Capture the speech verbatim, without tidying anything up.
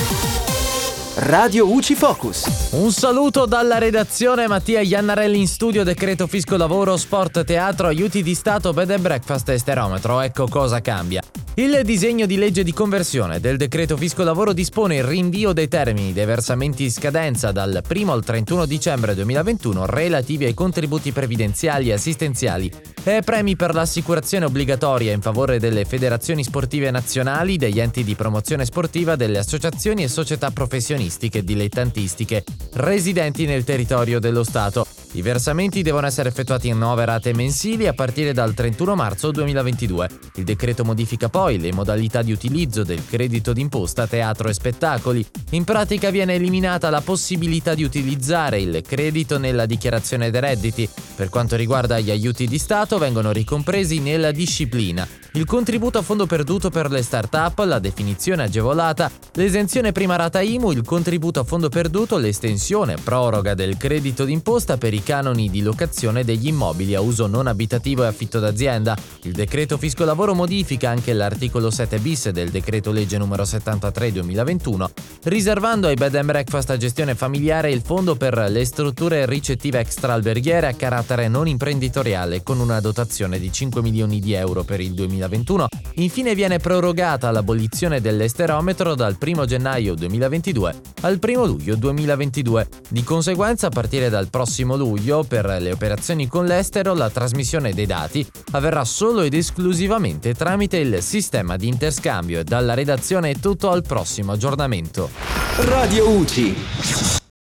Radio U C I Focus. Un saluto dalla redazione, Mattia Iannarelli in studio. Decreto fisco lavoro, sport, teatro, aiuti di Stato, bed and breakfast e sterometro. Ecco cosa cambia. Il disegno di legge di conversione del decreto fisco lavoro dispone il rinvio dei termini dei versamenti in scadenza dal primo al trentuno dicembre duemilaventuno relativi ai contributi previdenziali e assistenziali e premi per l'assicurazione obbligatoria in favore delle federazioni sportive nazionali, degli enti di promozione sportiva, delle associazioni e società professionistiche dilettantistiche residenti nel territorio dello Stato. I versamenti devono essere effettuati in nove rate mensili a partire dal trentuno marzo duemilaventidue. Il decreto modifica poi le modalità di utilizzo del credito d'imposta teatro e spettacoli. In pratica viene eliminata la possibilità di utilizzare il credito nella dichiarazione dei redditi. Per quanto riguarda gli aiuti di Stato, vengono ricompresi nella disciplina il contributo a fondo perduto per le start-up, la definizione agevolata, l'esenzione prima rata I M U, il contributo a fondo perduto, l'estensione proroga del credito d'imposta per i canoni di locazione degli immobili a uso non abitativo e affitto d'azienda. Il decreto fisco lavoro modifica anche l'articolo sette bis del decreto legge numero settantatré duemilaventuno, riservando ai bed and breakfast a gestione familiare il fondo per le strutture ricettive extraalberghiere a carattere non imprenditoriale con una dotazione di cinque milioni di euro per il duemilaventuno. Infine viene prorogata l'abolizione dell'esterometro dal primo gennaio duemilaventidue al primo luglio duemilaventidue. Di conseguenza, a partire dal prossimo luglio, per le operazioni con l'estero, la trasmissione dei dati avverrà solo ed esclusivamente tramite il sistema di interscambio. E dalla redazione è tutto, al prossimo aggiornamento. Radio U C I.